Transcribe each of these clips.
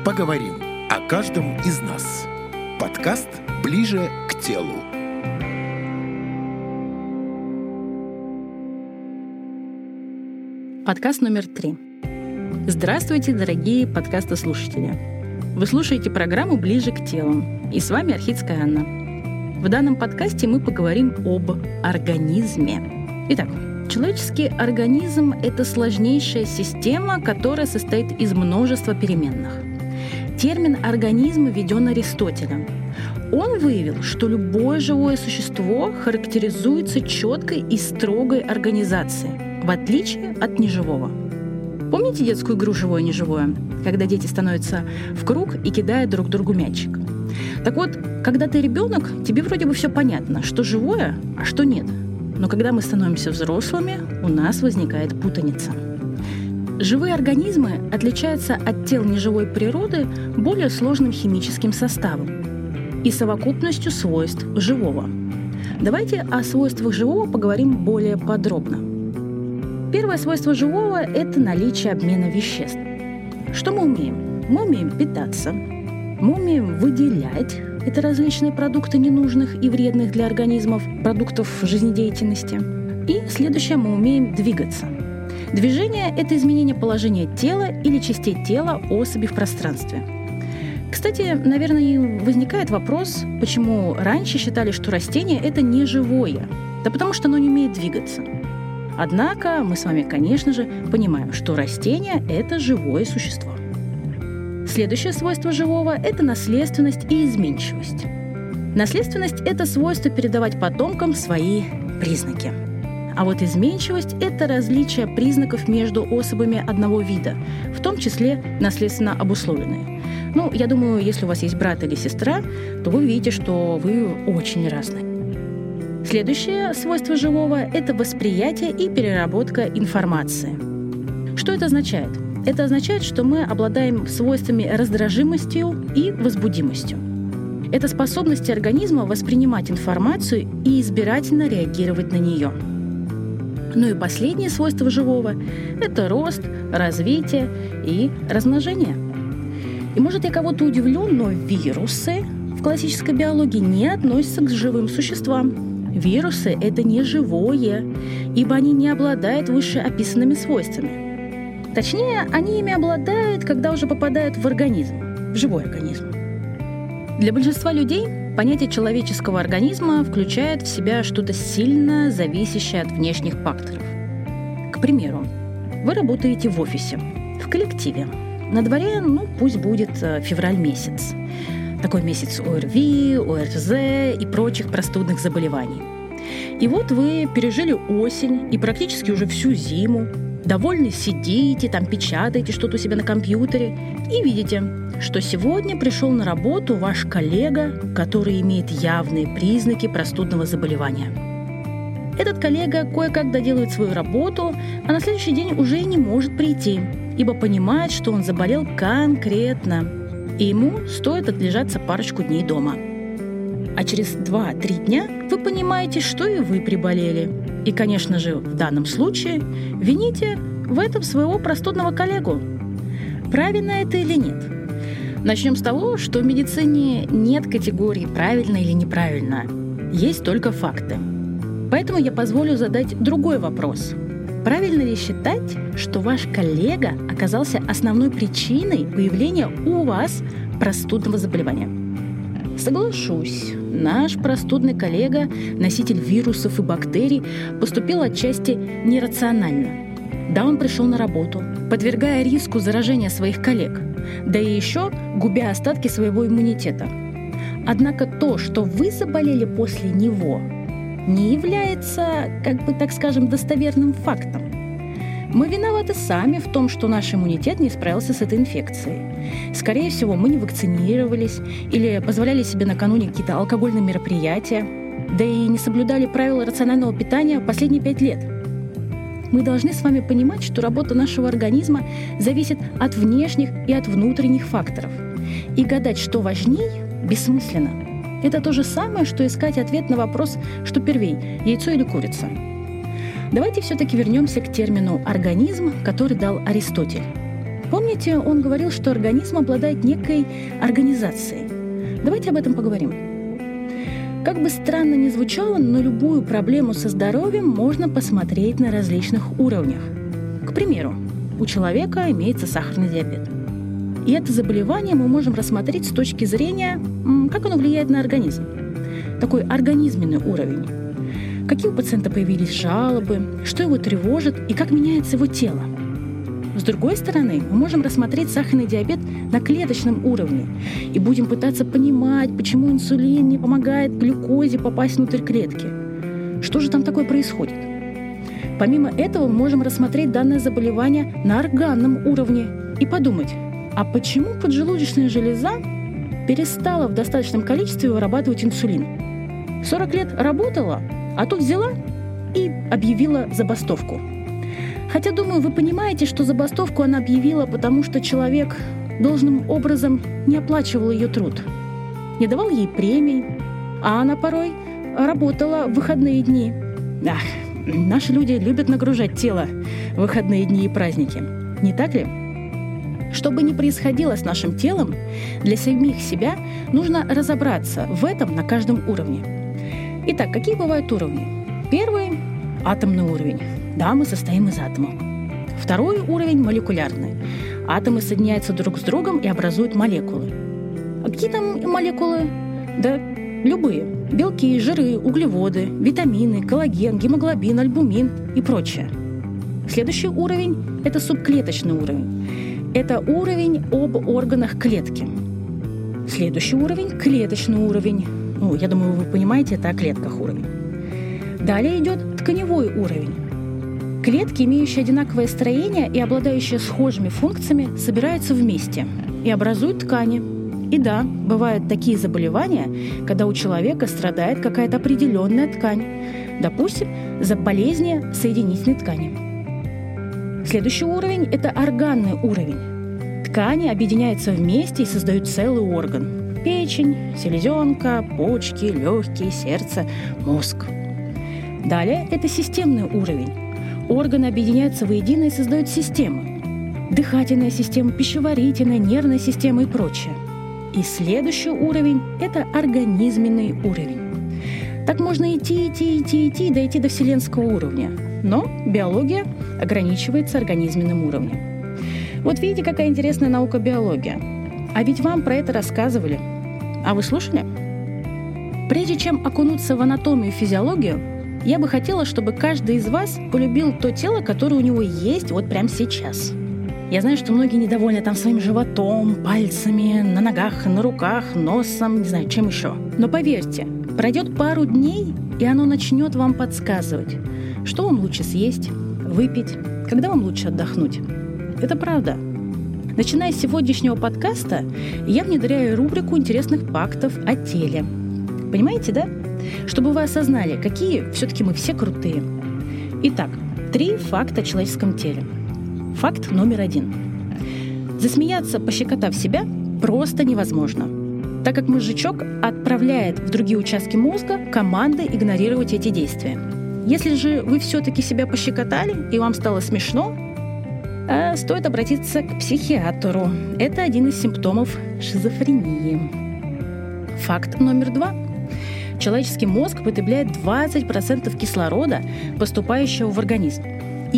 Поговорим о каждом из нас. Подкаст «Ближе к телу». Подкаст номер 3. Здравствуйте, дорогие подкастослушатели. Вы слушаете программу «Ближе к телу». И с вами Архидская Анна. В данном подкасте мы поговорим об организме. Итак, человеческий организм – это сложнейшая система, которая состоит из множества переменных. Термин «организм» введен Аристотелем. Он выявил, что любое живое существо характеризуется четкой и строгой организацией, в отличие от неживого. Помните детскую игру «Живое-неживое», когда дети становятся в круг и кидают друг другу мячик? Так вот, когда ты ребенок, тебе вроде бы все понятно, что живое, а что нет. Но когда мы становимся взрослыми, у нас возникает путаница. Живые организмы отличаются от тел неживой природы более сложным химическим составом и совокупностью свойств живого. Давайте о свойствах живого поговорим более подробно. Первое свойство живого – это наличие обмена веществ. Что мы умеем? Мы умеем питаться, мы умеем выделять – это различные продукты ненужных и вредных для организмов продуктов жизнедеятельности. И следующее – мы умеем двигаться. Движение – это изменение положения тела или частей тела особи в пространстве. Кстати, наверное, и возникает вопрос, почему раньше считали, что растение – это не живое. Да потому что оно не умеет двигаться. Однако мы с вами, конечно же, понимаем, что растение – это живое существо. Следующее свойство живого – это наследственность и изменчивость. Наследственность – это свойство передавать потомкам свои признаки. А вот изменчивость – это различие признаков между особями одного вида, в том числе наследственно обусловленные. Я думаю, если у вас есть брат или сестра, то вы видите, что вы очень разные. Следующее свойство живого – это восприятие и переработка информации. Что это означает? Это означает, что мы обладаем свойствами раздражимостью и возбудимостью. Это способность организма воспринимать информацию и избирательно реагировать на нее. И последнее свойство живого – это рост, развитие и размножение. И, может, я кого-то удивлю, но вирусы в классической биологии не относятся к живым существам. Вирусы – это не живое, ибо они не обладают вышеописанными свойствами. Точнее, они ими обладают, когда уже попадают в организм, в живой организм. Для большинства людей понятие человеческого организма включает в себя что-то сильно зависящее от внешних факторов. К примеру, вы работаете в офисе, в коллективе. На дворе, пусть будет февраль месяц. Такой месяц ОРВИ, ОРЗ и прочих простудных заболеваний. И вот вы пережили осень и практически уже всю зиму, довольны сидите, печатаете что-то у себя на компьютере и видите, что сегодня пришел на работу ваш коллега, который имеет явные признаки простудного заболевания. Этот коллега кое-как доделает свою работу, а на следующий день уже и не может прийти, ибо понимает, что он заболел конкретно, и ему стоит отлежаться парочку дней дома. А через 2-3 дня вы понимаете, что и вы приболели. И, конечно же, в данном случае вините в этом своего простудного коллегу. Правильно это или нет? Начнем с того, что в медицине нет категории «правильно» или «неправильно». Есть только факты. Поэтому я позволю задать другой вопрос. Правильно ли считать, что ваш коллега оказался основной причиной появления у вас простудного заболевания? Соглашусь, наш простудный коллега, носитель вирусов и бактерий, поступил отчасти нерационально. Да, он пришел на работу, подвергая риску заражения своих коллег, да и еще губя остатки своего иммунитета. Однако то, что вы заболели после него, не является, достоверным фактом. Мы виноваты сами в том, что наш иммунитет не справился с этой инфекцией. Скорее всего, мы не вакцинировались или позволяли себе накануне какие-то алкогольные мероприятия, да и не соблюдали правила рационального питания последние 5 лет. Мы должны с вами понимать, что работа нашего организма зависит от внешних и от внутренних факторов. И гадать, что важней, бессмысленно. Это то же самое, что искать ответ на вопрос, что первей, яйцо или курица. Давайте все-таки вернемся к термину «организм», который дал Аристотель. Помните, он говорил, что организм обладает некой организацией? Давайте об этом поговорим. Как бы странно ни звучало, но любую проблему со здоровьем можно посмотреть на различных уровнях. К примеру, у человека имеется сахарный диабет. И это заболевание мы можем рассмотреть с точки зрения, как оно влияет на организм. Такой организменный уровень. Какие у пациента появились жалобы, что его тревожит и как меняется его тело. С другой стороны, мы можем рассмотреть сахарный диабет на клеточном уровне и будем пытаться понимать, почему инсулин не помогает глюкозе попасть внутрь клетки. Что же там такое происходит? Помимо этого, мы можем рассмотреть данное заболевание на органном уровне и подумать, а почему поджелудочная железа перестала в достаточном количестве вырабатывать инсулин? 40 лет работала, а тут взяла и объявила забастовку. Хотя, думаю, вы понимаете, что забастовку она объявила, потому что человек должным образом не оплачивал ее труд, не давал ей премий, а она порой работала в выходные дни. Наши люди любят нагружать тело в выходные дни и праздники. Не так ли? Что бы ни происходило с нашим телом, для самих себя нужно разобраться в этом на каждом уровне. Итак, какие бывают уровни? Первый – атомный уровень. Да, мы состоим из атомов. Второй уровень – молекулярный. Атомы соединяются друг с другом и образуют молекулы. А какие там молекулы? Да любые. Белки, жиры, углеводы, витамины, коллаген, гемоглобин, альбумин и прочее. Следующий уровень – это субклеточный уровень. Это уровень об органах клетки. Следующий уровень – клеточный уровень. Я думаю, вы понимаете, это о клетках уровень. Далее идет тканевой уровень. Клетки, имеющие одинаковое строение и обладающие схожими функциями, собираются вместе и образуют ткани. И да, бывают такие заболевания, когда у человека страдает какая-то определенная ткань. Допустим, за болезни соединительной ткани. Следующий уровень – это органный уровень. Ткани объединяются вместе и создают целый орган. Печень, селезенка, почки, легкие, сердце, мозг. Далее – это системный уровень. Органы объединяются воедино и создают системы. Дыхательная система, пищеварительная, нервная система и прочее. И следующий уровень – это организменный уровень. Так можно идти, дойти до вселенского уровня. Но биология ограничивается организменным уровнем. Вот видите, какая интересная наука биология. А ведь вам про это рассказывали. А вы слушали? Прежде чем окунуться в анатомию и физиологию, я бы хотела, чтобы каждый из вас полюбил то тело, которое у него есть вот прямо сейчас. Я знаю, что многие недовольны там своим животом, пальцами, на ногах, на руках, носом, не знаю, чем еще. Но поверьте, пройдет пару дней, и оно начнет вам подсказывать, что вам лучше съесть, выпить, когда вам лучше отдохнуть. Это правда. Начиная с сегодняшнего подкаста, я внедряю рубрику интересных фактов о теле. Понимаете, да? Чтобы вы осознали, какие все-таки мы все крутые. Итак, 3 факта о человеческом теле. Факт номер 1. Засмеяться, пощекотав себя, просто невозможно, так как мозжечок отправляет в другие участки мозга команды игнорировать эти действия. Если же вы все-таки себя пощекотали и вам стало смешно, стоит обратиться к психиатру. Это один из симптомов шизофрении. Факт номер 2. Человеческий мозг потребляет 20% кислорода, поступающего в организм, и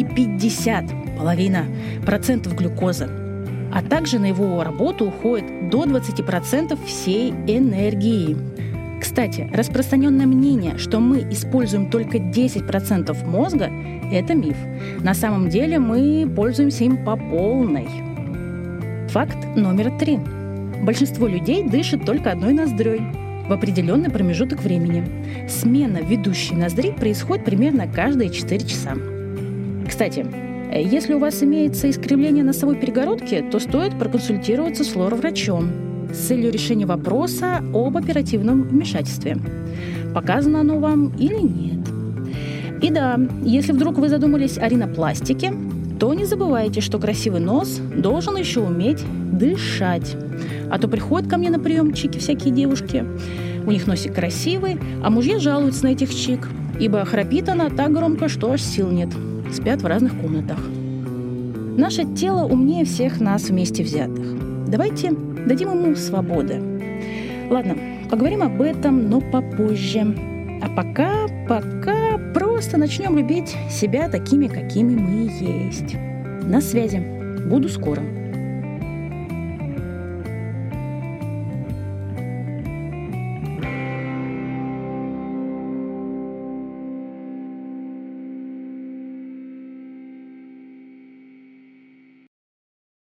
50% глюкозы. А также на его работу уходит до 20% всей энергии. Кстати, распространенное мнение, что мы используем только 10% мозга, это миф. На самом деле мы пользуемся им по полной. Факт номер 3. Большинство людей дышит только одной ноздрёй в определенный промежуток времени. Смена ведущей ноздри происходит примерно каждые 4 часа. Кстати, если у вас имеется искривление носовой перегородки, то стоит проконсультироваться с лор-врачом с целью решения вопроса об оперативном вмешательстве. Показано оно вам или нет. И да, если вдруг вы задумались о ринопластике, то не забывайте, что красивый нос должен еще уметь дышать. А то приходят ко мне на прием чики всякие девушки, у них носик красивый, а мужья жалуются на этих чик, ибо храпит она так громко, что аж сил нет. Спят в разных комнатах. Наше тело умнее всех нас вместе взятых. Давайте дадим ему свободы. Ладно, поговорим об этом, но попозже. А пока просто начнем любить себя такими, какими мы есть. На связи. Буду скоро.